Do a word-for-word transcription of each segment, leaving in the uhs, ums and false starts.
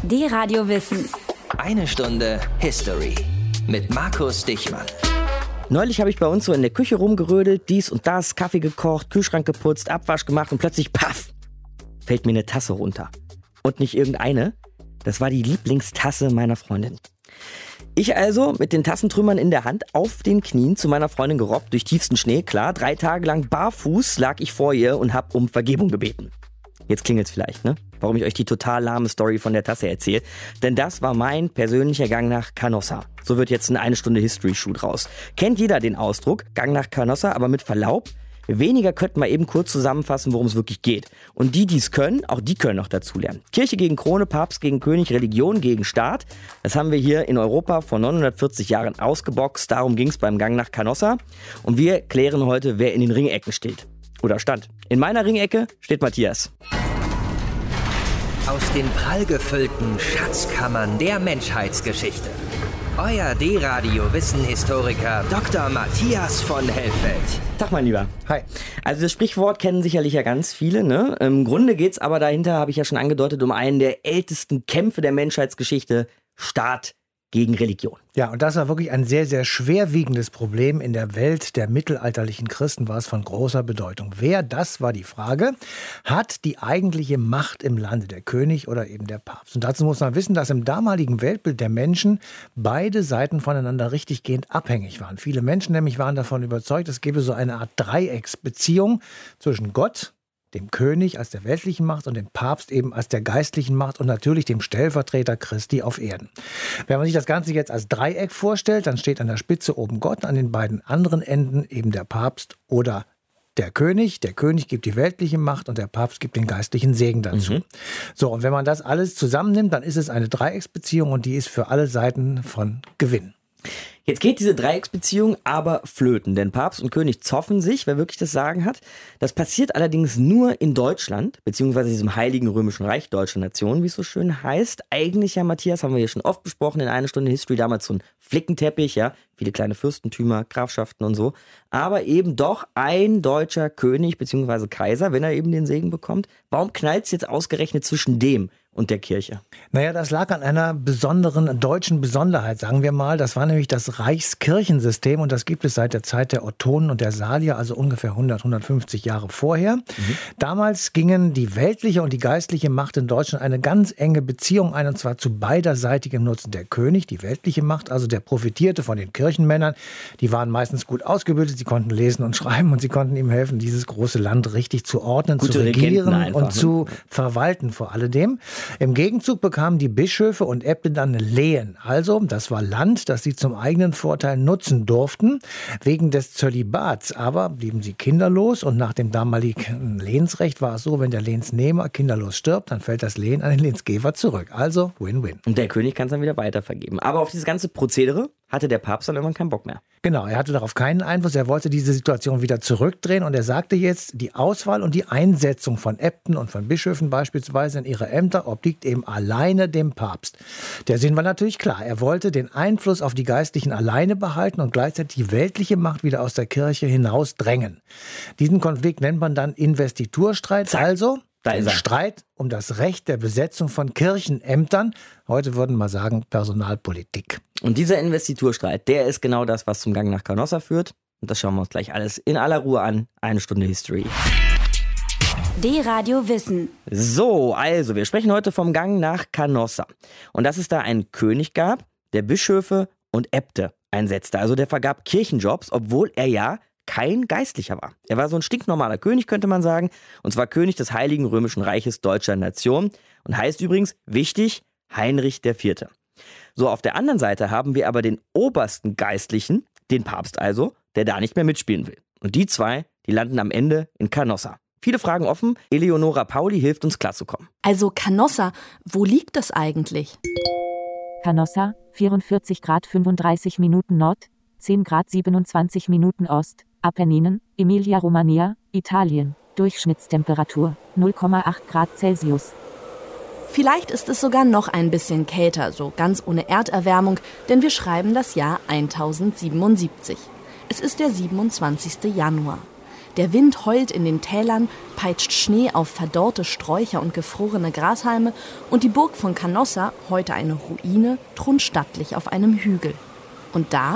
D-Radio Wissen. Eine Stunde History mit Markus Dichmann. Neulich habe ich bei uns so in der Küche rumgerödelt, dies und das, Kaffee gekocht, Kühlschrank geputzt, Abwasch gemacht und plötzlich, paff, fällt mir eine Tasse runter. Und nicht irgendeine, das war die Lieblingstasse meiner Freundin. Ich also mit den Tassentrümmern in der Hand auf den Knien zu meiner Freundin gerobbt, durch tiefsten Schnee, klar. Drei Tage lang barfuß lag ich vor ihr und habe um Vergebung gebeten. Jetzt klingelt's vielleicht, ne? Warum ich euch die total lahme Story von der Tasse erzähle. Denn das war mein persönlicher Gang nach Canossa. So wird jetzt ein eine Stunde History-Shoot raus. Kennt jeder den Ausdruck, Gang nach Canossa, aber mit Verlaub? Weniger könnten wir eben kurz zusammenfassen, worum es wirklich geht. Und die, die es können, auch die können noch dazulernen. Kirche gegen Krone, Papst gegen König, Religion gegen Staat. Das haben wir hier in Europa vor neunhundertvierzig Jahren ausgeboxt. Darum ging es beim Gang nach Canossa. Und wir klären heute, wer in den Ringecken steht. Oder stand. In meiner Ringecke steht Matthias. Aus den prallgefüllten Schatzkammern der Menschheitsgeschichte. Euer D-Radio-Wissen-Historiker Doktor Matthias von Helfeld. Tag, mein Lieber. Hi. Also das Sprichwort kennen sicherlich ja ganz viele, ne? Im Grunde geht's aber dahinter, habe ich ja schon angedeutet, um einen der ältesten Kämpfe der Menschheitsgeschichte, Staat gegen Religion. Ja, und das war wirklich ein sehr, sehr schwerwiegendes Problem. In der Welt der mittelalterlichen Christen war es von großer Bedeutung. Wer, das war die Frage, hat die eigentliche Macht im Lande, der König oder eben der Papst? Und dazu muss man wissen, dass im damaligen Weltbild der Menschen beide Seiten voneinander richtiggehend abhängig waren. Viele Menschen nämlich waren davon überzeugt, es gäbe so eine Art Dreiecksbeziehung zwischen Gott, dem König als der weltlichen Macht und dem Papst eben als der geistlichen Macht und natürlich dem Stellvertreter Christi auf Erden. Wenn man sich das Ganze jetzt als Dreieck vorstellt, dann steht an der Spitze oben Gott, an den beiden anderen Enden eben der Papst oder der König. Der König gibt die weltliche Macht und der Papst gibt den geistlichen Segen dazu. Mhm. So, und wenn man das alles zusammennimmt, dann ist es eine Dreiecksbeziehung und die ist für alle Seiten von Gewinn. Jetzt geht diese Dreiecksbeziehung aber flöten, denn Papst und König zoffen sich, wer wirklich das Sagen hat. Das passiert allerdings nur in Deutschland, beziehungsweise diesem Heiligen Römischen Reich Deutscher Nation, wie es so schön heißt. Eigentlich ja, Matthias, haben wir hier schon oft besprochen in einer Stunde History, damals so ein Flickenteppich, ja, viele kleine Fürstentümer, Grafschaften und so. Aber eben doch ein deutscher König, beziehungsweise Kaiser, wenn er eben den Segen bekommt. Warum knallt es jetzt ausgerechnet zwischen dem und der Kirche? Naja, das lag an einer besonderen deutschen Besonderheit, sagen wir mal. Das war nämlich das Reichskirchensystem und das gibt es seit der Zeit der Ottonen und der Salier, also ungefähr hundert, hundertfünfzig Jahre vorher. Mhm. Damals gingen die weltliche und die geistliche Macht in Deutschland eine ganz enge Beziehung ein, und zwar zu beiderseitigem Nutzen. Der König, die weltliche Macht, also der profitierte von den Kirchenmännern. Die waren meistens gut ausgebildet, sie konnten lesen und schreiben und sie konnten ihm helfen, dieses große Land richtig zu ordnen, Gute zu regieren einfach, und ne? zu verwalten vor alledem. Im Gegenzug bekamen die Bischöfe und Äbte dann Lehen. Also, das war Land, das sie zum eigenen Vorteil nutzen durften. Wegen des Zölibats aber blieben sie kinderlos und nach dem damaligen Lehensrecht war es so, wenn der Lehensnehmer kinderlos stirbt, dann fällt das Lehen an den Lehensgeber zurück. Also Win-Win. Und der König kann es dann wieder weitervergeben. Aber auf dieses ganze Prozedere hatte der Papst dann irgendwann keinen Bock mehr. Genau, er hatte darauf keinen Einfluss. Er wollte diese Situation wieder zurückdrehen und er sagte jetzt, die Auswahl und die Einsetzung von Äbten und von Bischöfen beispielsweise in ihre Ämter obliegt eben alleine dem Papst. Der Sinn war natürlich klar. Er wollte den Einfluss auf die Geistlichen alleine behalten und gleichzeitig die weltliche Macht wieder aus der Kirche hinaus drängen. Diesen Konflikt nennt man dann Investiturstreit. Zack. Also ein Streit um das Recht der Besetzung von Kirchenämtern. Heute würden wir sagen Personalpolitik. Und dieser Investiturstreit, der ist genau das, was zum Gang nach Canossa führt. Und das schauen wir uns gleich alles in aller Ruhe an. Eine Stunde History. D-Radio Wissen. So, also, wir sprechen heute vom Gang nach Canossa. Und dass es da einen König gab, der Bischöfe und Äbte einsetzte. Also der vergab Kirchenjobs, obwohl er ja kein Geistlicher war. Er war so ein stinknormaler König, könnte man sagen. Und zwar König des Heiligen Römischen Reiches Deutscher Nation. Und heißt übrigens, wichtig, Heinrich der Vierte. So, auf der anderen Seite haben wir aber den obersten Geistlichen, den Papst also, der da nicht mehr mitspielen will. Und die zwei, die landen am Ende in Canossa. Viele Fragen offen. Eleonora Pauli hilft uns klarzukommen. Also Canossa, wo liegt das eigentlich? Canossa, vierundvierzig Grad fünfunddreißig Minuten Nord, zehn Grad siebenundzwanzig Minuten Ost, Apenninen, Emilia-Romagna, Italien. Durchschnittstemperatur null Komma acht Grad Celsius. Vielleicht ist es sogar noch ein bisschen kälter, so ganz ohne Erderwärmung, denn wir schreiben das Jahr tausendsiebenundsiebzig. Es ist der siebenundzwanzigster Januar. Der Wind heult in den Tälern, peitscht Schnee auf verdorrte Sträucher und gefrorene Grashalme und die Burg von Canossa, heute eine Ruine, thront stattlich auf einem Hügel. Und da...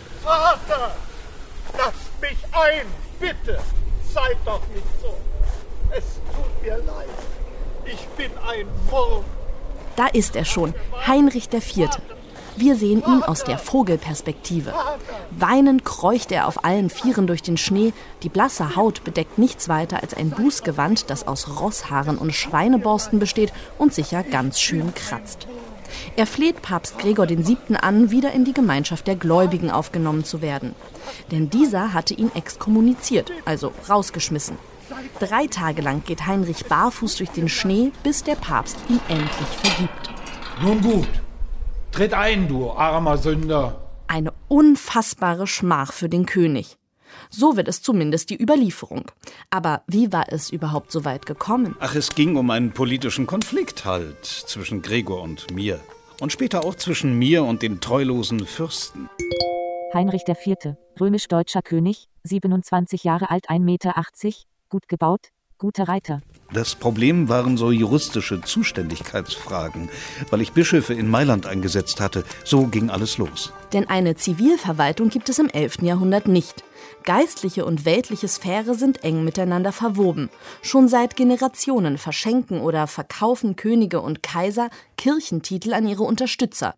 Vater, lass mich ein, bitte! Seid doch nicht so! Es tut mir leid, ich bin ein Wurm. Da ist er schon, Heinrich der Vierte. Wir sehen ihn aus der Vogelperspektive. Weinend kreucht er auf allen Vieren durch den Schnee. Die blasse Haut bedeckt nichts weiter als ein Bußgewand, das aus Rosshaaren und Schweineborsten besteht und sicher ganz schön kratzt. Er fleht Papst Gregor den Siebten an, wieder in die Gemeinschaft der Gläubigen aufgenommen zu werden. Denn dieser hatte ihn exkommuniziert, also rausgeschmissen. Drei Tage lang geht Heinrich barfuß durch den Schnee, bis der Papst ihn endlich vergibt. Nun gut, tritt ein, du armer Sünder. Eine unfassbare Schmach für den König. So wird es zumindest die Überlieferung. Aber wie war es überhaupt so weit gekommen? Ach, es ging um einen politischen Konflikt halt zwischen Gregor und mir. Und später auch zwischen mir und den treulosen Fürsten. Heinrich der Vierte, römisch-deutscher König, siebenundzwanzig Jahre alt, ein Meter achtzig, gut gebaut, guter Reiter. Das Problem waren so juristische Zuständigkeitsfragen, weil ich Bischöfe in Mailand eingesetzt hatte. So ging alles los. Denn eine Zivilverwaltung gibt es im elften Jahrhundert nicht. Geistliche und weltliche Sphäre sind eng miteinander verwoben. Schon seit Generationen verschenken oder verkaufen Könige und Kaiser Kirchentitel an ihre Unterstützer.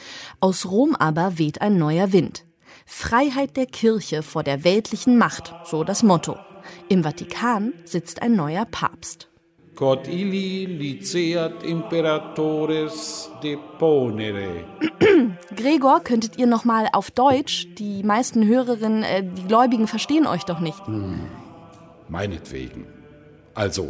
Aus Rom aber weht ein neuer Wind. Freiheit der Kirche vor der weltlichen Macht, so das Motto. Im Vatikan sitzt ein neuer Papst. Quod illi liceat imperatores deponere. Gregor, könntet ihr noch mal auf Deutsch? Die meisten Hörerinnen, äh, die Gläubigen verstehen euch doch nicht. Hm, meinetwegen. Also,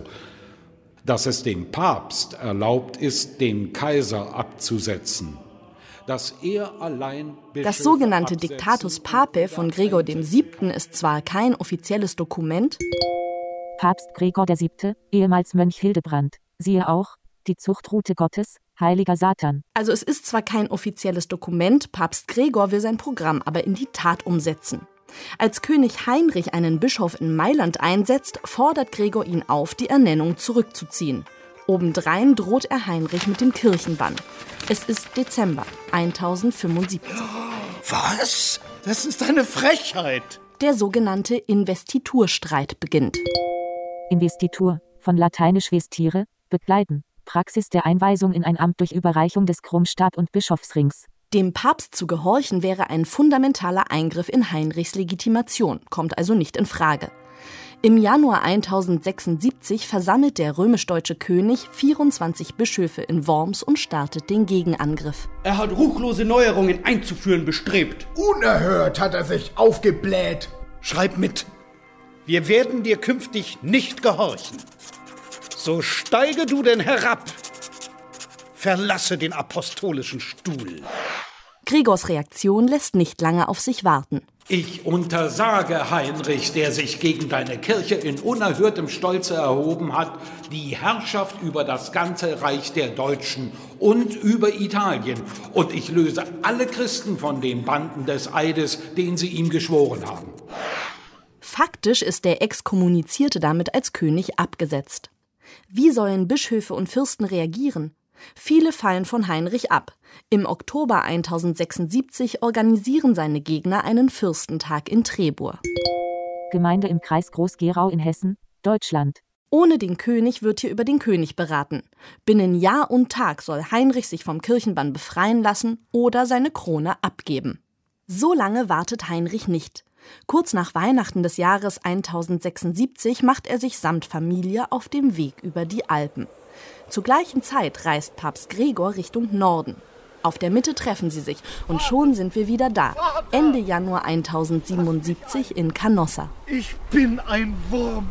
dass es dem Papst erlaubt ist, den Kaiser abzusetzen. Dass er allein das sogenannte Dictatus Papae von Gregor dem Siebten ist zwar kein offizielles Dokument. Papst Gregor der Siebte, ehemals Mönch Hildebrand, siehe auch, die Zuchtroute Gottes, heiliger Satan. Also es ist zwar kein offizielles Dokument, Papst Gregor will sein Programm aber in die Tat umsetzen. Als König Heinrich einen Bischof in Mailand einsetzt, fordert Gregor ihn auf, die Ernennung zurückzuziehen. Obendrein droht er Heinrich mit dem Kirchenbann. Es ist Dezember tausendfünfundsiebzig. Was? Das ist eine Frechheit. Der sogenannte Investiturstreit beginnt. Investitur, von lateinisch vestire, bekleiden, Praxis der Einweisung in ein Amt durch Überreichung des Krummstab- und Bischofsrings. Dem Papst zu gehorchen wäre ein fundamentaler Eingriff in Heinrichs Legitimation, kommt also nicht in Frage. Im Januar tausendsechsundsiebzig versammelt der römisch-deutsche König vierundzwanzig Bischöfe in Worms und startet den Gegenangriff. Er hat ruchlose Neuerungen einzuführen bestrebt. Unerhört hat er sich aufgebläht. Schreib mit. Wir werden dir künftig nicht gehorchen. So steige du denn herab. Verlasse den apostolischen Stuhl. Gregors Reaktion lässt nicht lange auf sich warten. Ich untersage Heinrich, der sich gegen deine Kirche in unerhörtem Stolze erhoben hat, die Herrschaft über das ganze Reich der Deutschen und über Italien. Und ich löse alle Christen von den Banden des Eides, den sie ihm geschworen haben. Faktisch ist der Exkommunizierte damit als König abgesetzt. Wie sollen Bischöfe und Fürsten reagieren? Viele fallen von Heinrich ab. Im Oktober tausendsechsundsiebzig organisieren seine Gegner einen Fürstentag in Trebur. Gemeinde im Kreis Groß-Gerau in Hessen, Deutschland. Ohne den König wird hier über den König beraten. Binnen Jahr und Tag soll Heinrich sich vom Kirchenbann befreien lassen oder seine Krone abgeben. So lange wartet Heinrich nicht. Kurz nach Weihnachten des Jahres tausendsechsundsiebzig macht er sich samt Familie auf dem Weg über die Alpen. Zur gleichen Zeit reist Papst Gregor Richtung Norden. Auf der Mitte treffen sie sich und schon sind wir wieder da. Ende Januar tausendsiebenundsiebzig in Canossa. Ich bin ein Wurm.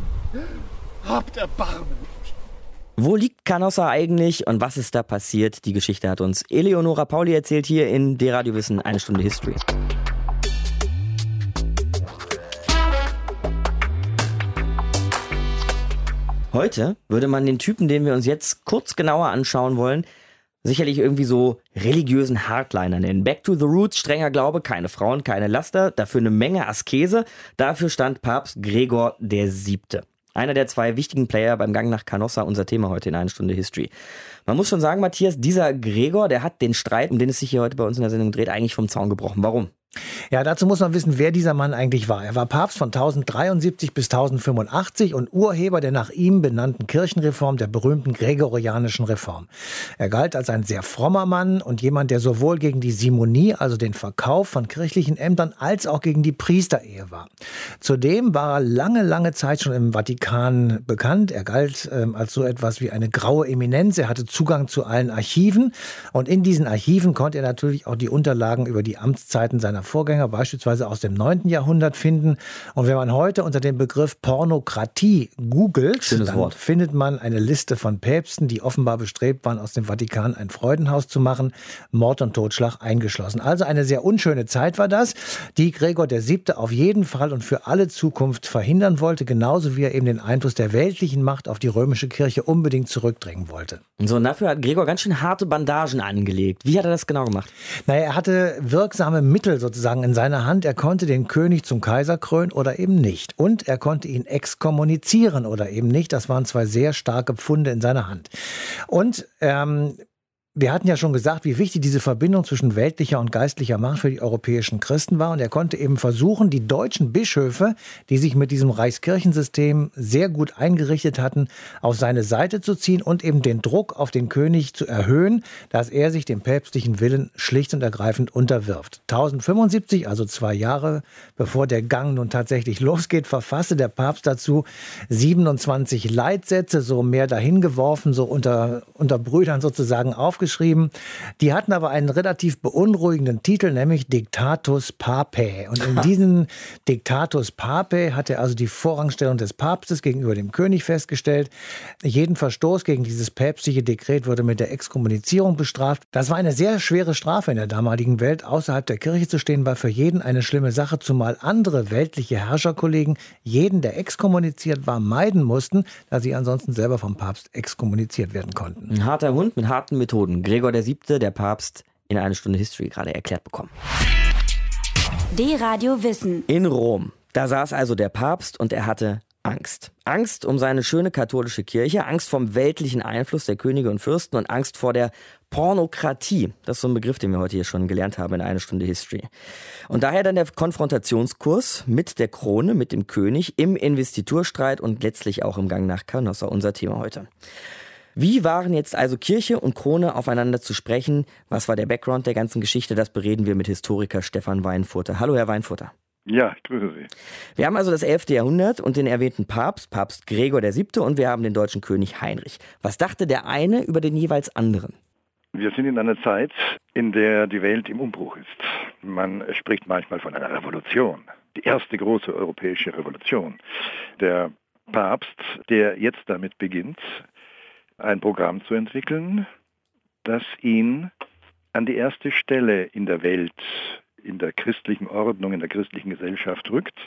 Habt Erbarmen. Wo liegt Canossa eigentlich und was ist da passiert? Die Geschichte hat uns Eleonora Pauli erzählt hier in D-Radio Wissen, eine Stunde History. Heute würde man den Typen, den wir uns jetzt kurz genauer anschauen wollen, sicherlich irgendwie so religiösen Hardliner nennen. Back to the roots, strenger Glaube, keine Frauen, keine Laster, dafür eine Menge Askese. Dafür stand Papst Gregor der Siebte. Einer der zwei wichtigen Player beim Gang nach Canossa, unser Thema heute in einer Stunde History. Man muss schon sagen, Matthias, dieser Gregor, der hat den Streit, um den es sich hier heute bei uns in der Sendung dreht, eigentlich vom Zaun gebrochen. Warum? Ja, dazu muss man wissen, wer dieser Mann eigentlich war. Er war Papst von tausenddreiundsiebzig bis tausendfünfundachtzig und Urheber der nach ihm benannten Kirchenreform, der berühmten Gregorianischen Reform. Er galt als ein sehr frommer Mann und jemand, der sowohl gegen die Simonie, also den Verkauf von kirchlichen Ämtern, als auch gegen die Priesterehe war. Zudem war er lange, lange Zeit schon im Vatikan bekannt. Er galt ähm, als so etwas wie eine graue Eminenz. Er hatte Zugang zu allen Archiven und in diesen Archiven konnte er natürlich auch die Unterlagen über die Amtszeiten seiner Vorgänger, beispielsweise aus dem neunten Jahrhundert, finden. Und wenn man heute unter dem Begriff Pornokratie googelt, Schönes dann Wort. findet man eine Liste von Päpsten, die offenbar bestrebt waren, aus dem Vatikan ein Freudenhaus zu machen, Mord und Totschlag eingeschlossen. Also eine sehr unschöne Zeit war das, die Gregor der Siebte auf jeden Fall und für alle Zukunft verhindern wollte, genauso wie er eben den Einfluss der weltlichen Macht auf die römische Kirche unbedingt zurückdrängen wollte. So, und dafür hat Gregor ganz schön harte Bandagen angelegt. Wie hat er das genau gemacht? Naja, er hatte wirksame Mittel sozusagen in seiner Hand. Er konnte den König zum Kaiser krönen oder eben nicht. Und er konnte ihn exkommunizieren oder eben nicht. Das waren zwei sehr starke Pfunde in seiner Hand. Und ähm, wir hatten ja schon gesagt, wie wichtig diese Verbindung zwischen weltlicher und geistlicher Macht für die europäischen Christen war. Und er konnte eben versuchen, die deutschen Bischöfe, die sich mit diesem Reichskirchensystem sehr gut eingerichtet hatten, auf seine Seite zu ziehen und eben den Druck auf den König zu erhöhen, dass er sich dem päpstlichen Willen schlicht und ergreifend unterwirft. tausendfünfundsiebzig, also zwei Jahre bevor der Gang nun tatsächlich losgeht, verfasste der Papst dazu siebenundzwanzig Leitsätze, so mehr dahingeworfen, so unter, unter Brüdern sozusagen aufgeschrieben. geschrieben. Die hatten aber einen relativ beunruhigenden Titel, nämlich Dictatus Papae. Und in diesem Dictatus Papae hat er also die Vorrangstellung des Papstes gegenüber dem König festgestellt. Jeden Verstoß gegen dieses päpstliche Dekret wurde mit der Exkommunizierung bestraft. Das war eine sehr schwere Strafe in der damaligen Welt. Außerhalb der Kirche zu stehen, war für jeden eine schlimme Sache, zumal andere weltliche Herrscherkollegen jeden, der exkommuniziert war, meiden mussten, da sie ansonsten selber vom Papst exkommuniziert werden konnten. Ein harter Hund mit harten Methoden. Gregor der Siebte, der Papst, in eine Stunde History gerade erklärt bekommen. D-Radio Wissen. In Rom. Da saß also der Papst und er hatte Angst. Angst um seine schöne katholische Kirche, Angst vom weltlichen Einfluss der Könige und Fürsten und Angst vor der Pornokratie. Das ist so ein Begriff, den wir heute hier schon gelernt haben in einer Stunde History. Und daher dann der Konfrontationskurs mit der Krone, mit dem König, im Investiturstreit und letztlich auch im Gang nach Canossa, unser Thema heute. Wie waren jetzt also Kirche und Krone aufeinander zu sprechen? Was war der Background der ganzen Geschichte? Das bereden wir mit Historiker Stefan Weinfurter. Hallo, Herr Weinfurter. Ja, ich grüße Sie. Wir haben also das elfte Jahrhundert und den erwähnten Papst, Papst Gregor der Siebte, und wir haben den deutschen König Heinrich. Was dachte der eine über den jeweils anderen? Wir sind in einer Zeit, in der die Welt im Umbruch ist. Man spricht manchmal von einer Revolution. Die erste große europäische Revolution. Der Papst, der jetzt damit beginnt, ein Programm zu entwickeln, das ihn an die erste Stelle in der Welt, in der christlichen Ordnung, in der christlichen Gesellschaft rückt.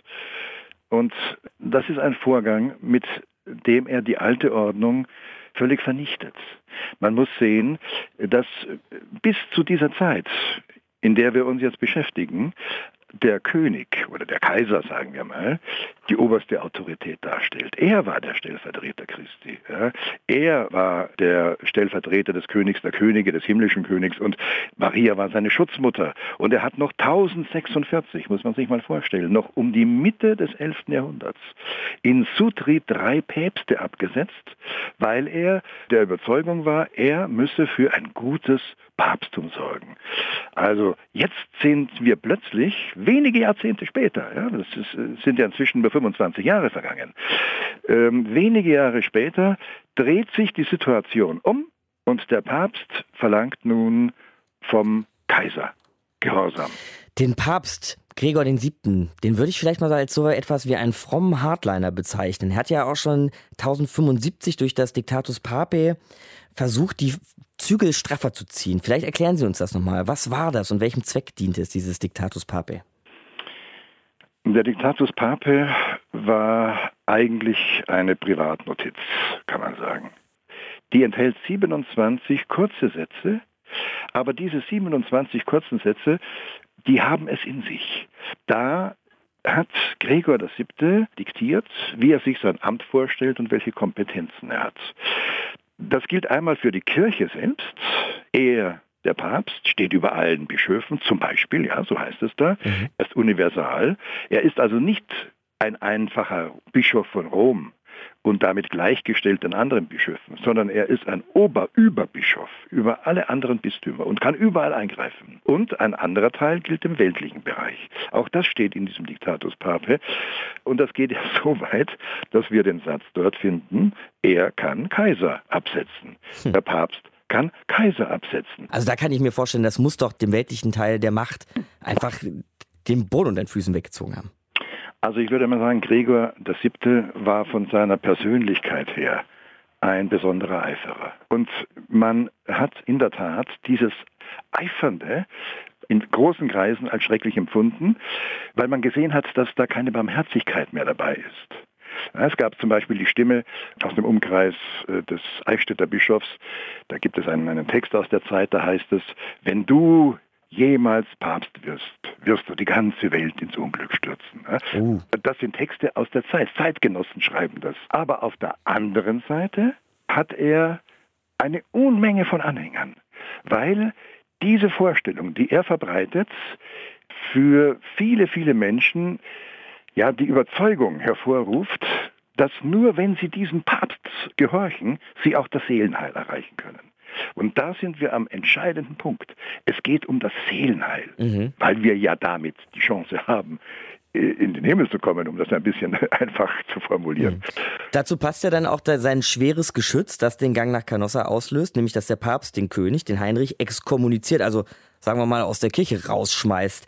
Und das ist ein Vorgang, mit dem er die alte Ordnung völlig vernichtet. Man muss sehen, dass bis zu dieser Zeit, in der wir uns jetzt beschäftigen, der König oder der Kaiser, sagen wir mal, die oberste Autorität darstellt. Er war der Stellvertreter Christi. Ja. Er war der Stellvertreter des Königs, der Könige, des himmlischen Königs, und Maria war seine Schutzmutter. Und er hat noch tausendsechsundvierzig, muss man sich mal vorstellen, noch um die Mitte des elften Jahrhunderts in Sutri drei Päpste abgesetzt, weil er der Überzeugung war, er müsse für ein gutes Papsttum sorgen. Also jetzt sind wir plötzlich, wenige Jahrzehnte später, ja, das ist, sind ja inzwischen über fünfundzwanzig Jahre vergangen, ähm, wenige Jahre später dreht sich die Situation um und der Papst verlangt nun vom Kaiser Gehorsam. Den Papst Gregor den Siebten, den würde ich vielleicht mal als so etwas wie einen frommen Hardliner bezeichnen. Er hat ja auch schon tausendfünfundsiebzig durch das Dictatus Papae versucht, die Zügel straffer zu ziehen. Vielleicht erklären Sie uns das nochmal. Was war das und welchem Zweck diente es, dieses Dictatus Papae? Der Dictatus Papae war eigentlich eine Privatnotiz, kann man sagen. die enthält siebenundzwanzig kurze Sätze, aber diese siebenundzwanzig kurzen Sätze, die haben es in sich. Da hat Gregor der Siebte diktiert, wie er sich sein Amt vorstellt und welche Kompetenzen er hat. Das gilt einmal für die Kirche selbst. Er, der Papst, steht über allen Bischöfen, zum Beispiel, ja, so heißt es da. Mhm. Er ist universal. Er ist also nicht ein einfacher Bischof von Rom und damit gleichgestellt den anderen Bischöfen, sondern er ist ein Oberüberbischof über alle anderen Bistümer und kann überall eingreifen. Und ein anderer Teil gilt im weltlichen Bereich. Auch das steht in diesem Dictatus Papae. Und das geht ja so weit, dass wir den Satz dort finden, er kann Kaiser absetzen. Hm. Der Papst kann Kaiser absetzen. Also da kann ich mir vorstellen, das muss doch dem weltlichen Teil der Macht einfach den Boden unter den Füßen weggezogen haben. Also ich würde mal sagen, Gregor der Siebte war von seiner Persönlichkeit her ein besonderer Eiferer. Und man hat in der Tat dieses Eifernde in großen Kreisen als schrecklich empfunden, weil man gesehen hat, dass da keine Barmherzigkeit mehr dabei ist. Es gab zum Beispiel die Stimme aus dem Umkreis des Eichstätter Bischofs, da gibt es einen, einen Text aus der Zeit, da heißt es, wenn du jemals Papst wirst, wirst du die ganze Welt ins Unglück stürzen. Uh. Das sind Texte aus der Zeit. Zeitgenossen schreiben das. Aber auf der anderen Seite hat er eine Unmenge von Anhängern, weil diese Vorstellung, die er verbreitet, für viele, viele Menschen ja die Überzeugung hervorruft, dass nur wenn sie diesem Papst gehorchen, sie auch das Seelenheil erreichen können. Und da sind wir am entscheidenden Punkt. Es geht um das Seelenheil, mhm. weil wir ja damit die Chance haben, in den Himmel zu kommen, um das ein bisschen einfach zu formulieren. Mhm. Dazu passt ja dann auch sein schweres Geschütz, das den Gang nach Canossa auslöst, nämlich dass der Papst den König, den Heinrich, exkommuniziert, also sagen wir mal aus der Kirche rausschmeißt.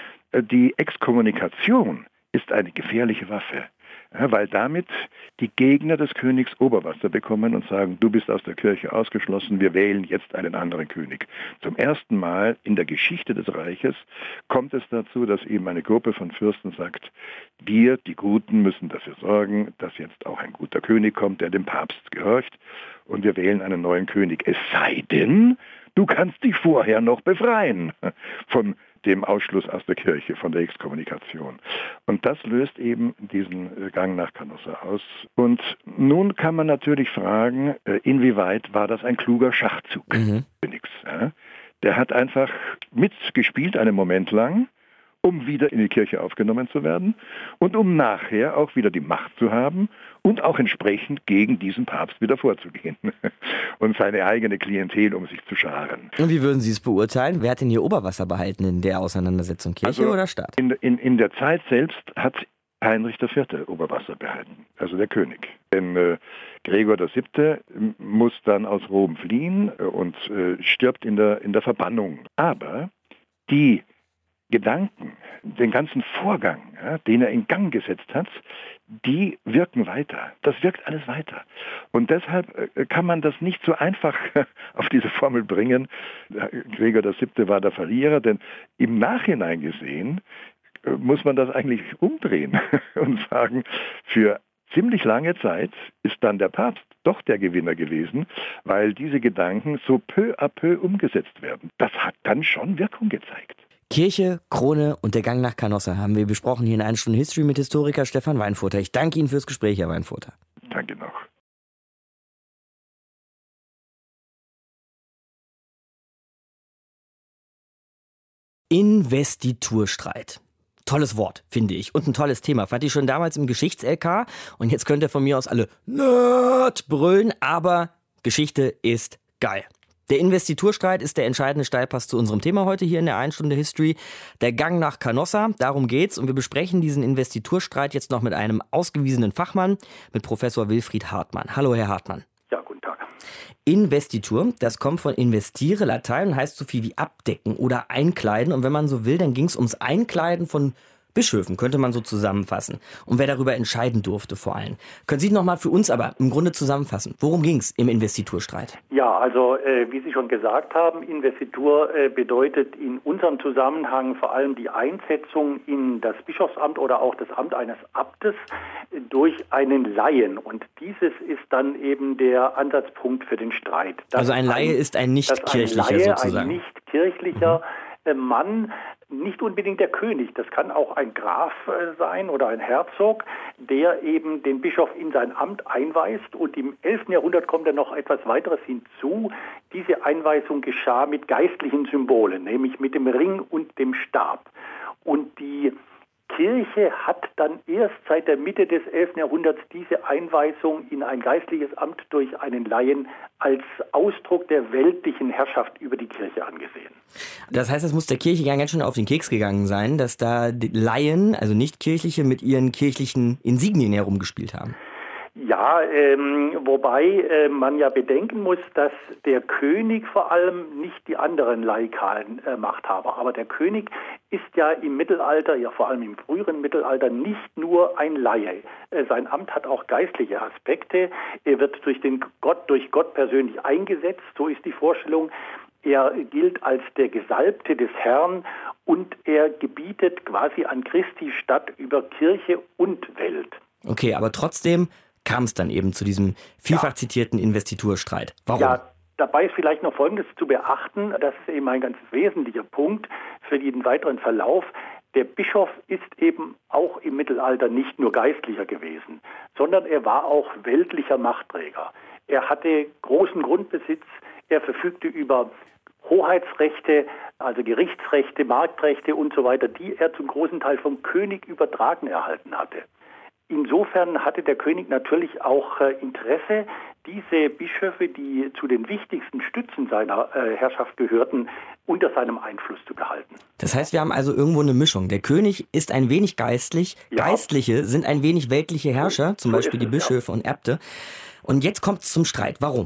Die Exkommunikation ist eine gefährliche Waffe. Ja, weil damit die Gegner des Königs Oberwasser bekommen und sagen, du bist aus der Kirche ausgeschlossen, wir wählen jetzt einen anderen König. Zum ersten Mal in der Geschichte des Reiches kommt es dazu, dass eben eine Gruppe von Fürsten sagt, wir, die Guten, müssen dafür sorgen, dass jetzt auch ein guter König kommt, der dem Papst gehorcht und wir wählen einen neuen König. Es sei denn, du kannst dich vorher noch befreien von dem Ausschluss aus der Kirche, von der Exkommunikation. Und das löst eben diesen Gang nach Canossa aus. Und nun kann man natürlich fragen, inwieweit war das ein kluger Schachzug? Mhm. Nix, ja? Der hat einfach mitgespielt einen Moment lang, um wieder in die Kirche aufgenommen zu werden und um nachher auch wieder die Macht zu haben und auch entsprechend gegen diesen Papst wieder vorzugehen und seine eigene Klientel um sich zu scharen. Und wie würden Sie es beurteilen? Wer hat denn hier Oberwasser behalten in der Auseinandersetzung, Kirche also oder Staat? In, in, in der Zeit selbst hat Heinrich der Vierte Oberwasser behalten, also der König. Denn äh, Gregor der Siebte muss dann aus Rom fliehen und äh, stirbt in der, in der Verbannung. Aber die Gedanken, den ganzen Vorgang, ja, den er in Gang gesetzt hat, die wirken weiter. Das wirkt alles weiter. Und deshalb äh, kann man das nicht so einfach auf diese Formel bringen. Gregor der Siebte war der Verlierer, denn im Nachhinein gesehen äh, muss man das eigentlich umdrehen und sagen, für ziemlich lange Zeit ist dann der Papst doch der Gewinner gewesen, weil diese Gedanken so peu à peu umgesetzt werden. Das hat dann schon Wirkung gezeigt. Kirche, Krone und der Gang nach Canossa haben wir besprochen hier in einer Stunde History mit Historiker Stefan Weinfurter. Ich danke Ihnen fürs Gespräch, Herr Weinfurter. Danke noch. Investiturstreit. Tolles Wort, finde ich. Und ein tolles Thema. Fand ich schon damals im Geschichts-L K. Und jetzt könnt ihr von mir aus alle Nerd brüllen, aber Geschichte ist geil. Der Investiturstreit ist der entscheidende Steilpass zu unserem Thema heute hier in der einen Stunde History. Der Gang nach Canossa, darum geht's. Und wir besprechen diesen Investiturstreit jetzt noch mit einem ausgewiesenen Fachmann, mit Professor Wilfried Hartmann. Hallo, Herr Hartmann. Ja, guten Tag. Investitur, das kommt von investiere, Latein, heißt so viel wie abdecken oder einkleiden. Und wenn man so will, dann ging es ums Einkleiden von Bischöfen, könnte man so zusammenfassen. Und wer darüber entscheiden durfte vor allem. Können Sie noch mal für uns aber im Grunde zusammenfassen? Worum ging es im Investiturstreit? Ja, also äh, wie Sie schon gesagt haben, Investitur äh, bedeutet in unserem Zusammenhang vor allem die Einsetzung in das Bischofsamt oder auch das Amt eines Abtes äh, durch einen Laien. Und dieses ist dann eben der Ansatzpunkt für den Streit. Also ein Laie ein, ist ein nicht-kirchlicher ein Laie, sozusagen. Ein nicht-kirchlicher mhm. Mann, nicht unbedingt der König, das kann auch ein Graf sein oder ein Herzog, der eben den Bischof in sein Amt einweist. Und im elften Jahrhundert kommt dann noch etwas weiteres hinzu. Diese Einweisung geschah mit geistlichen Symbolen, nämlich mit dem Ring und dem Stab. Und die Kirche hat dann erst seit der Mitte des elften Jahrhunderts diese Einweisung in ein geistliches Amt durch einen Laien als Ausdruck der weltlichen Herrschaft über die Kirche angesehen. Das heißt, es muss der Kirche ganz schön auf den Keks gegangen sein, dass da die Laien, also Nicht-Kirchliche, mit ihren kirchlichen Insignien herumgespielt haben. Ja, ähm, wobei äh, man ja bedenken muss, dass der König vor allem nicht die anderen laikalen äh, Machthaber, aber der König ist ja im Mittelalter, ja vor allem im früheren Mittelalter, nicht nur ein Laie. Äh, sein Amt hat auch geistliche Aspekte. Er wird durch den Gott, durch Gott persönlich eingesetzt, so ist die Vorstellung. Er gilt als der Gesalbte des Herrn und er gebietet quasi an Christi Stadt über Kirche und Welt. Okay, aber trotzdem kam es dann eben zu diesem vielfach ja. zitierten Investiturstreit. Warum? Ja, dabei ist vielleicht noch Folgendes zu beachten. Das ist eben ein ganz wesentlicher Punkt für den weiteren Verlauf. Der Bischof ist eben auch im Mittelalter nicht nur Geistlicher gewesen, sondern er war auch weltlicher Machtträger. Er hatte großen Grundbesitz, er verfügte über Hoheitsrechte, also Gerichtsrechte, Marktrechte und so weiter, die er zum großen Teil vom König übertragen erhalten hatte. Insofern hatte der König natürlich auch äh, Interesse, diese Bischöfe, die zu den wichtigsten Stützen seiner äh, Herrschaft gehörten, unter seinem Einfluss zu behalten. Das heißt, wir haben also irgendwo eine Mischung. Der König ist ein wenig geistlich, ja. Geistliche sind ein wenig weltliche Herrscher, zum so Beispiel die Bischöfe ja. und Äbte. Und jetzt kommt es zum Streit. Warum?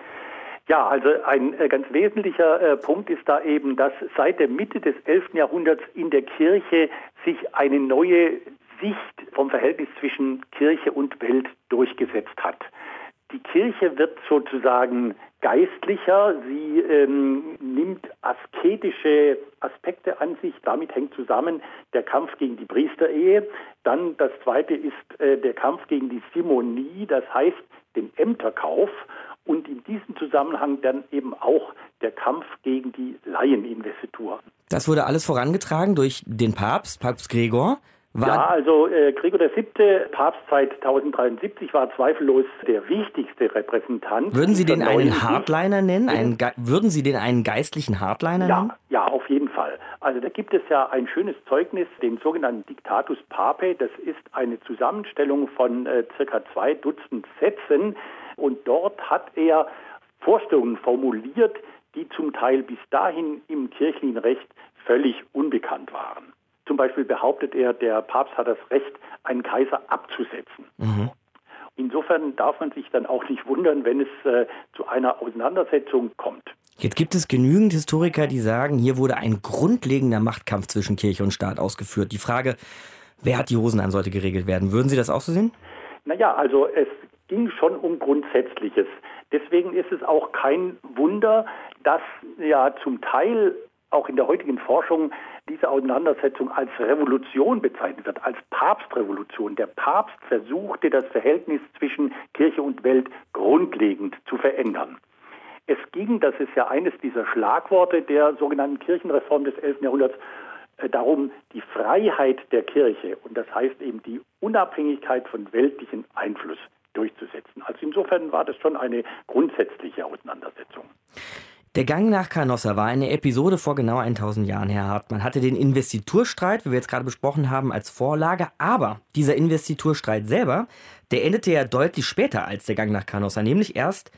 Ja, also ein äh, ganz wesentlicher äh, Punkt ist da eben, dass seit der Mitte des elften Jahrhunderts in der Kirche sich eine neue Sicht vom Verhältnis zwischen Kirche und Welt durchgesetzt hat. Die Kirche wird sozusagen geistlicher, sie ähm, nimmt asketische Aspekte an sich, damit hängt zusammen der Kampf gegen die Priesterehe. Dann das zweite ist äh, der Kampf gegen die Simonie, das heißt den Ämterkauf. Und in diesem Zusammenhang dann eben auch der Kampf gegen die Laieninvestitur. Das wurde alles vorangetragen durch den Papst, Papst Gregor. War ja, also äh, Gregor der Siebte, Papst seit tausenddreiundsiebzig, war zweifellos der wichtigste Repräsentant. Würden Sie den einen Hardliner nennen? Einen Ge- würden Sie den einen geistlichen Hardliner ja, nennen? Ja, auf jeden Fall. Also da gibt es ja ein schönes Zeugnis, den sogenannten Dictatus Papae. Das ist eine Zusammenstellung von äh, circa zwei Dutzend Sätzen. Und dort hat er Vorstellungen formuliert, die zum Teil bis dahin im kirchlichen Recht völlig unbekannt waren. Zum Beispiel behauptet er, der Papst hat das Recht, einen Kaiser abzusetzen. Mhm. Insofern darf man sich dann auch nicht wundern, wenn es äh, zu einer Auseinandersetzung kommt. Jetzt gibt es genügend Historiker, die sagen, hier wurde ein grundlegender Machtkampf zwischen Kirche und Staat ausgeführt. Die Frage, wer hat die Hosen an, sollte geregelt werden. Würden Sie das auch so sehen? Naja, also es ging schon um Grundsätzliches. Deswegen ist es auch kein Wunder, dass ja zum Teil auch in der heutigen Forschung diese Auseinandersetzung als Revolution bezeichnet wird, als Papstrevolution. Der Papst versuchte, das Verhältnis zwischen Kirche und Welt grundlegend zu verändern. Es ging, das ist ja eines dieser Schlagworte der sogenannten Kirchenreform des elften Jahrhunderts, darum, die Freiheit der Kirche, und das heißt eben die Unabhängigkeit von weltlichem Einfluss durchzusetzen. Also insofern war das schon eine grundsätzliche Auseinandersetzung. Der Gang nach Canossa war eine Episode vor genau tausend Jahren, Herr Hartmann. Hatte den Investiturstreit, wie wir jetzt gerade besprochen haben, als Vorlage. Aber dieser Investiturstreit selber, der endete ja deutlich später als der Gang nach Canossa, nämlich erst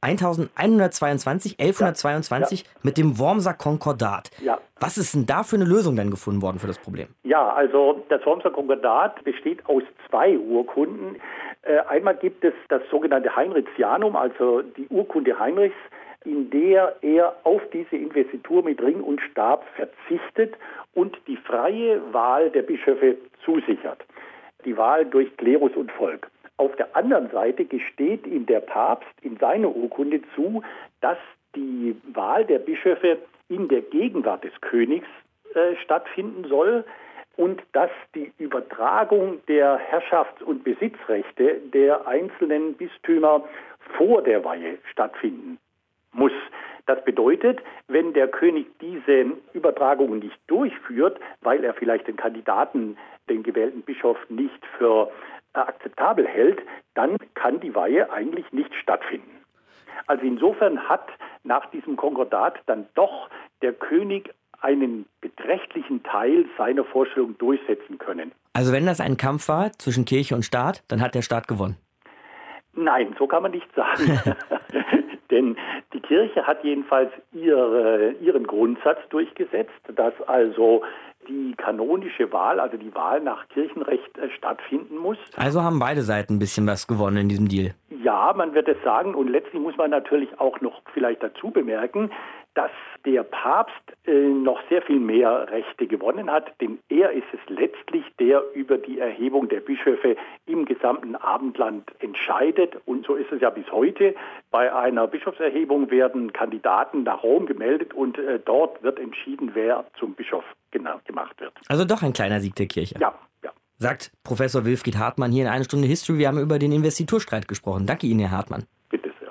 elfhundertzweiundzwanzig, elfhundertzweiundzwanzig ja, ja. mit dem Wormser Konkordat. Ja. Was ist denn da für eine Lösung dann gefunden worden für das Problem? Ja, also das Wormser Konkordat besteht aus zwei Urkunden. Äh, einmal gibt es das sogenannte Heinrichianum, also die Urkunde Heinrichs, in der er auf diese Investitur mit Ring und Stab verzichtet und die freie Wahl der Bischöfe zusichert. Die Wahl durch Klerus und Volk. Auf der anderen Seite gesteht ihm der Papst in seiner Urkunde zu, dass die Wahl der Bischöfe in der Gegenwart des Königs äh, stattfinden soll und dass die Übertragung der Herrschafts- und Besitzrechte der einzelnen Bistümer vor der Weihe stattfinden muss. Das bedeutet, wenn der König diese Übertragung nicht durchführt, weil er vielleicht den Kandidaten, den gewählten Bischof, nicht für äh, akzeptabel hält, dann kann die Weihe eigentlich nicht stattfinden. Also insofern hat nach diesem Konkordat dann doch der König einen beträchtlichen Teil seiner Vorstellung durchsetzen können. Also wenn das ein Kampf war zwischen Kirche und Staat, dann hat der Staat gewonnen? Nein, so kann man nicht sagen. Denn die Kirche hat jedenfalls ihre, ihren Grundsatz durchgesetzt, dass also die kanonische Wahl, also die Wahl nach Kirchenrecht äh, stattfinden muss. Also haben beide Seiten ein bisschen was gewonnen in diesem Deal. Ja, man wird es sagen. Und letztlich muss man natürlich auch noch vielleicht dazu bemerken, dass der Papst äh, noch sehr viel mehr Rechte gewonnen hat, denn er ist es letztlich, der über die Erhebung der Bischöfe im gesamten Abendland entscheidet. Und so ist es ja bis heute. Bei einer Bischofserhebung werden Kandidaten nach Rom gemeldet und äh, dort wird entschieden, wer zum Bischof gemacht wird. Also doch ein kleiner Sieg der Kirche. Ja, ja. Sagt Professor Wilfried Hartmann hier in einer Stunde History. Wir haben über den Investiturstreit gesprochen. Danke Ihnen, Herr Hartmann. Bitte sehr.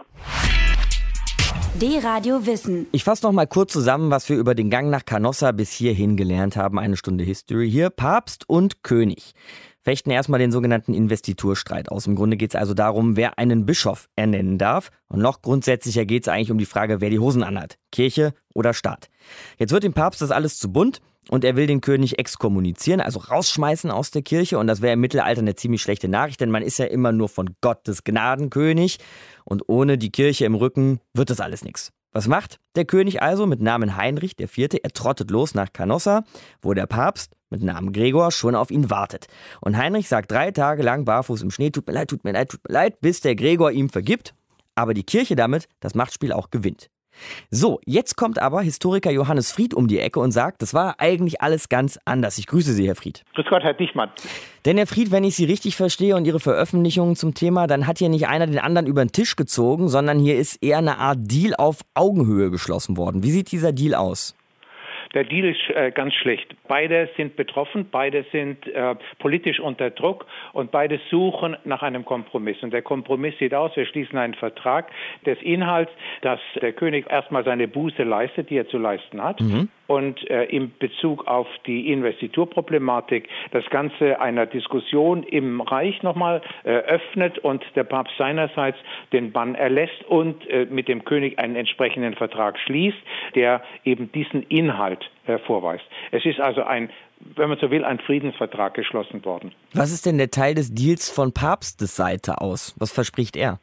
D-Radio Wissen. Ich fasse noch mal kurz zusammen, was wir über den Gang nach Canossa bis hierhin gelernt haben. Eine Stunde History hier. Papst und König fechten erstmal den sogenannten Investiturstreit aus. Im Grunde geht es also darum, wer einen Bischof ernennen darf. Und noch grundsätzlicher geht es eigentlich um die Frage, wer die Hosen anhat. Kirche oder Staat. Jetzt wird dem Papst das alles zu bunt. Und er will den König exkommunizieren, also rausschmeißen aus der Kirche. Und das wäre im Mittelalter eine ziemlich schlechte Nachricht, denn man ist ja immer nur von Gottes Gnadenkönig. Und ohne die Kirche im Rücken wird das alles nichts. Was macht der König also mit Namen Heinrich der Vierte? Er trottet los nach Canossa, wo der Papst mit Namen Gregor schon auf ihn wartet. Und Heinrich sagt drei Tage lang barfuß im Schnee, tut mir leid, tut mir leid, tut mir leid, bis der Gregor ihm vergibt. Aber die Kirche damit das Machtspiel auch gewinnt. So, jetzt kommt aber Historiker Johannes Fried um die Ecke und sagt, das war eigentlich alles ganz anders. Ich grüße Sie, Herr Fried. Grüß Gott, Herr Dichmann. Denn, Herr Fried, wenn ich Sie richtig verstehe und Ihre Veröffentlichungen zum Thema, dann hat hier nicht einer den anderen über den Tisch gezogen, sondern hier ist eher eine Art Deal auf Augenhöhe geschlossen worden. Wie sieht dieser Deal aus? Der Deal ist äh, ganz schlecht. Beide sind betroffen, beide sind äh, politisch unter Druck und beide suchen nach einem Kompromiss. Und der Kompromiss sieht aus, wir schließen einen Vertrag des Inhalts, dass der König erstmal seine Buße leistet, die er zu leisten hat. Mhm. Und äh, in Bezug auf die Investiturproblematik das Ganze einer Diskussion im Reich nochmal äh, öffnet und der Papst seinerseits den Bann erlässt und äh, mit dem König einen entsprechenden Vertrag schließt, der eben diesen Inhalt äh, vorweist. Es ist also ein, wenn man so will, ein Friedensvertrag geschlossen worden. Was ist denn der Teil des Deals von Papstes Seite aus? Was verspricht er?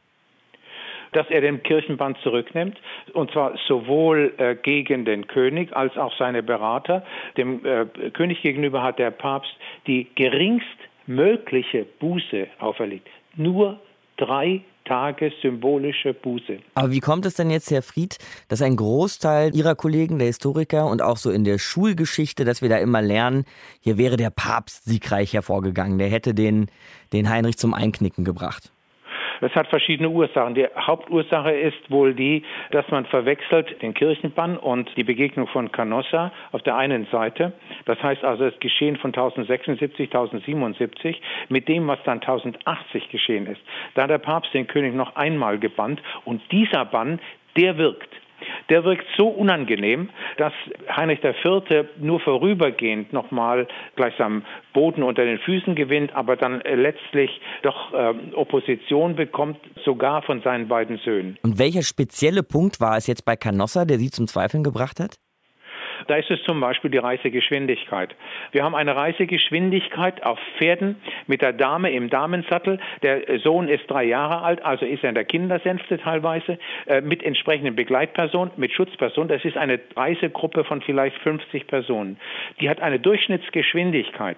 Dass er den Kirchenbann zurücknimmt, und zwar sowohl äh, gegen den König als auch seine Berater. Dem äh, König gegenüber hat der Papst die geringstmögliche Buße auferlegt. Nur drei Tage symbolische Buße. Aber wie kommt es denn jetzt, Herr Fried, dass ein Großteil Ihrer Kollegen, der Historiker und auch so in der Schulgeschichte, dass wir da immer lernen, hier wäre der Papst siegreich hervorgegangen, der hätte den, den Heinrich zum Einknicken gebracht? Das hat verschiedene Ursachen. Die Hauptursache ist wohl die, dass man verwechselt den Kirchenbann und die Begegnung von Canossa auf der einen Seite. Das heißt also das Geschehen von tausendsechsundsiebzig, tausendsiebenundsiebzig mit dem, was dann tausendachtzig geschehen ist. Da hat der Papst den König noch einmal gebannt und dieser Bann, der wirkt. Der wirkt so unangenehm, dass Heinrich der Vierte nur vorübergehend nochmal gleichsam Boden unter den Füßen gewinnt, aber dann letztlich doch äh, Opposition bekommt, sogar von seinen beiden Söhnen. Und welcher spezielle Punkt war es jetzt bei Canossa, der Sie zum Zweifeln gebracht hat? Da ist es zum Beispiel die Reisegeschwindigkeit. Wir haben eine Reisegeschwindigkeit auf Pferden mit der Dame im Damensattel. Der Sohn ist drei Jahre alt, also ist er in der Kindersänfte teilweise, äh, mit entsprechenden Begleitpersonen, mit Schutzpersonen. Das ist eine Reisegruppe von vielleicht fünfzig Personen. Die hat eine Durchschnittsgeschwindigkeit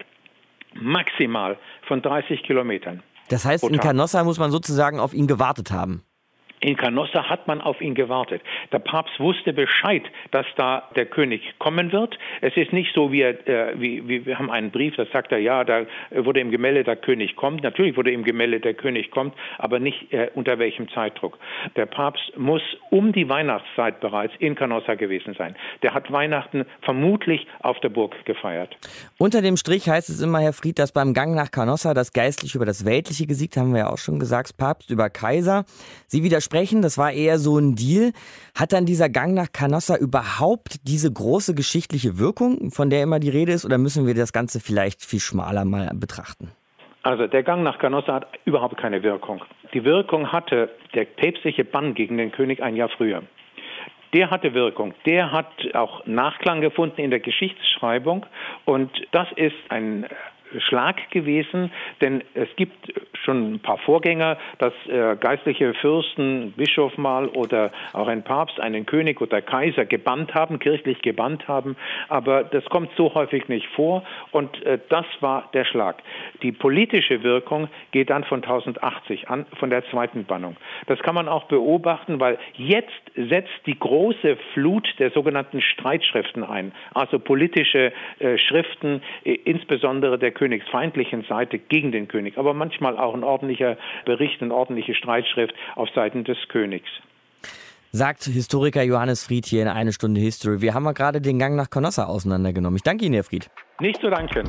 maximal von dreißig Kilometern. Das heißt, in Canossa muss man sozusagen auf ihn gewartet haben? In Canossa hat man auf ihn gewartet. Der Papst wusste Bescheid, dass da der König kommen wird. Es ist nicht so, wie, er, äh, wie, wie wir haben einen Brief, da sagt er, ja, da wurde ihm gemeldet, der König kommt. Natürlich wurde ihm gemeldet, der König kommt, aber nicht äh, unter welchem Zeitdruck. Der Papst muss um die Weihnachtszeit bereits in Canossa gewesen sein. Der hat Weihnachten vermutlich auf der Burg gefeiert. Unter dem Strich heißt es immer, Herr Fried, dass beim Gang nach Canossa das Geistliche über das Weltliche gesiegt, haben wir ja auch schon gesagt, Papst über Kaiser. Sie widersprechen, das war eher so ein Deal. Hat dann dieser Gang nach Canossa überhaupt diese große geschichtliche Wirkung, von der immer die Rede ist, oder müssen wir das Ganze vielleicht viel schmaler mal betrachten? Also der Gang nach Canossa hat überhaupt keine Wirkung. Die Wirkung hatte der päpstliche Bann gegen den König ein Jahr früher. Der hatte Wirkung. Der hat auch Nachklang gefunden in der Geschichtsschreibung und das ist ein Schlag gewesen, denn es gibt schon ein paar Vorgänger, dass äh, geistliche Fürsten, Bischof mal oder auch ein Papst einen König oder Kaiser gebannt haben, kirchlich gebannt haben, aber das kommt so häufig nicht vor und äh, das war der Schlag. Die politische Wirkung geht dann von tausendachtzig an, von der zweiten Bannung. Das kann man auch beobachten, weil jetzt setzt die große Flut der sogenannten Streitschriften ein, also politische äh, Schriften, äh, insbesondere der königsfeindlichen Seite gegen den König, aber manchmal auch ein ordentlicher Bericht, eine ordentliche Streitschrift auf Seiten des Königs. Sagt Historiker Johannes Fried hier in Eine Stunde History. Wir haben ja gerade den Gang nach Canossa auseinandergenommen. Ich danke Ihnen, Herr Fried. Nicht zu danken.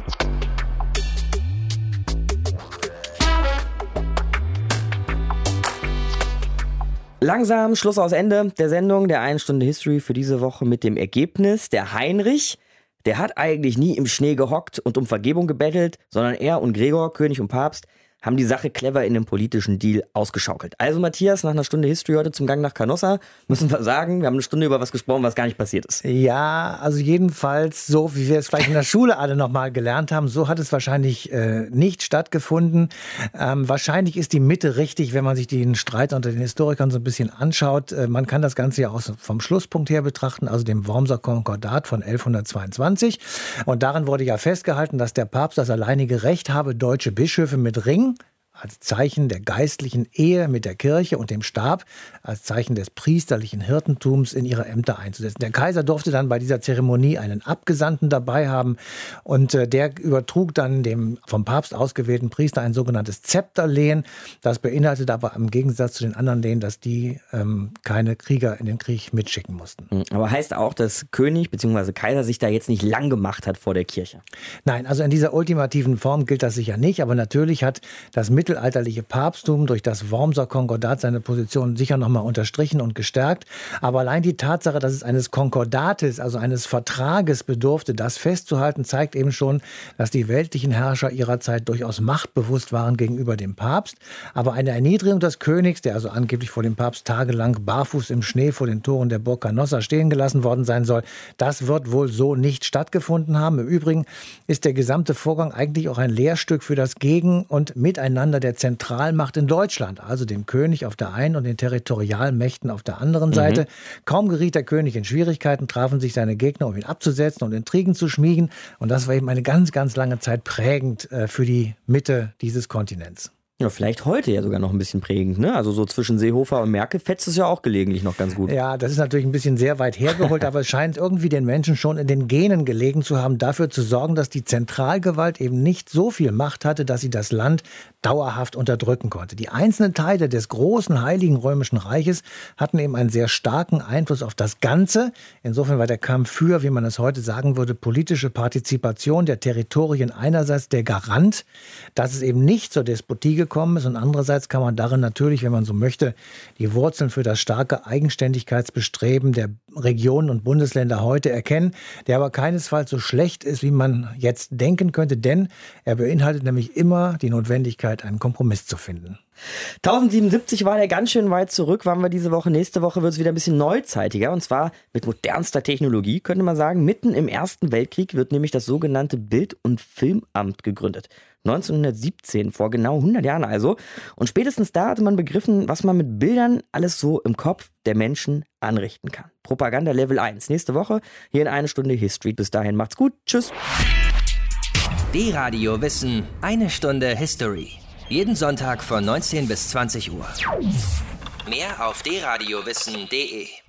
Langsam Schluss aus Ende der Sendung der Eine Stunde History für diese Woche mit dem Ergebnis. Der Heinrich, der hat eigentlich nie im Schnee gehockt und um Vergebung gebettelt, sondern er und Gregor, König und Papst, haben die Sache clever in einem politischen Deal ausgeschaukelt. Also Matthias, nach einer Stunde History heute zum Gang nach Canossa, müssen wir sagen, wir haben eine Stunde über was gesprochen, was gar nicht passiert ist. Ja, also jedenfalls so, wie wir es vielleicht in der Schule alle nochmal gelernt haben, so hat es wahrscheinlich äh, nicht stattgefunden. Ähm, wahrscheinlich ist die Mitte richtig, wenn man sich den Streit unter den Historikern so ein bisschen anschaut. Äh, man kann das Ganze ja auch vom Schlusspunkt her betrachten, also dem Wormser Konkordat von elfhundertzweiundzwanzig. Und darin wurde ja festgehalten, dass der Papst das alleinige Recht habe, deutsche Bischöfe mit Ring als Zeichen der geistlichen Ehe mit der Kirche und dem Stab, als Zeichen des priesterlichen Hirtentums in ihre Ämter einzusetzen. Der Kaiser durfte dann bei dieser Zeremonie einen Abgesandten dabei haben und äh, der übertrug dann dem vom Papst ausgewählten Priester ein sogenanntes Zepterlehen. Das beinhaltet aber im Gegensatz zu den anderen Lehen, dass die ähm, keine Krieger in den Krieg mitschicken mussten. Aber heißt auch, dass König bzw. Kaiser sich da jetzt nicht lang gemacht hat vor der Kirche? Nein, also in dieser ultimativen Form gilt das sicher nicht, aber natürlich hat das mittelalterliche Papsttum durch das Wormser Konkordat seine Position sicher nochmal unterstrichen und gestärkt. Aber allein die Tatsache, dass es eines Konkordates, also eines Vertrages bedurfte, das festzuhalten, zeigt eben schon, dass die weltlichen Herrscher ihrer Zeit durchaus machtbewusst waren gegenüber dem Papst. Aber eine Erniedrigung des Königs, der also angeblich vor dem Papst tagelang barfuß im Schnee vor den Toren der Burg Canossa stehen gelassen worden sein soll, das wird wohl so nicht stattgefunden haben. Im Übrigen ist der gesamte Vorgang eigentlich auch ein Lehrstück für das Gegen- und Miteinander der Zentralmacht in Deutschland, also dem König auf der einen und den Territorialmächten auf der anderen mhm. Seite. Kaum geriet der König in Schwierigkeiten, trafen sich seine Gegner, um ihn abzusetzen und Intrigen zu schmieden. Und das war eben eine ganz, ganz lange Zeit prägend äh, für die Mitte dieses Kontinents. Ja, vielleicht heute ja sogar noch ein bisschen prägend, ne? Also so zwischen Seehofer und Merkel fetzt es ja auch gelegentlich noch ganz gut. Ja, das ist natürlich ein bisschen sehr weit hergeholt, aber es scheint irgendwie den Menschen schon in den Genen gelegen zu haben, dafür zu sorgen, dass die Zentralgewalt eben nicht so viel Macht hatte, dass sie das Land dauerhaft unterdrücken konnte. Die einzelnen Teile des großen Heiligen Römischen Reiches hatten eben einen sehr starken Einfluss auf das Ganze. Insofern war der Kampf für, wie man es heute sagen würde, politische Partizipation der Territorien einerseits der Garant, dass es eben nicht zur Despotie gekommen ist und andererseits kann man darin natürlich, wenn man so möchte, die Wurzeln für das starke Eigenständigkeitsbestreben der Regionen und Bundesländer heute erkennen, der aber keinesfalls so schlecht ist, wie man jetzt denken könnte, denn er beinhaltet nämlich immer die Notwendigkeit, einen Kompromiss zu finden. tausendsiebenundsiebzig war der ganz schön weit zurück, waren wir diese Woche. Nächste Woche wird es wieder ein bisschen neuzeitiger und zwar mit modernster Technologie, könnte man sagen. Mitten im Ersten Weltkrieg wird nämlich das sogenannte Bild- und Filmamt gegründet. neunzehnhundertsiebzehn, vor genau hundert Jahren also. Und spätestens da hatte man begriffen, was man mit Bildern alles so im Kopf der Menschen anrichten kann. Propaganda Level eins. Nächste Woche hier in Eine Stunde History. Bis dahin macht's gut. Tschüss. D-Radio Wissen, Eine Stunde History. Jeden Sonntag von neunzehn bis zwanzig Uhr. Mehr auf d radio wissen punkt de.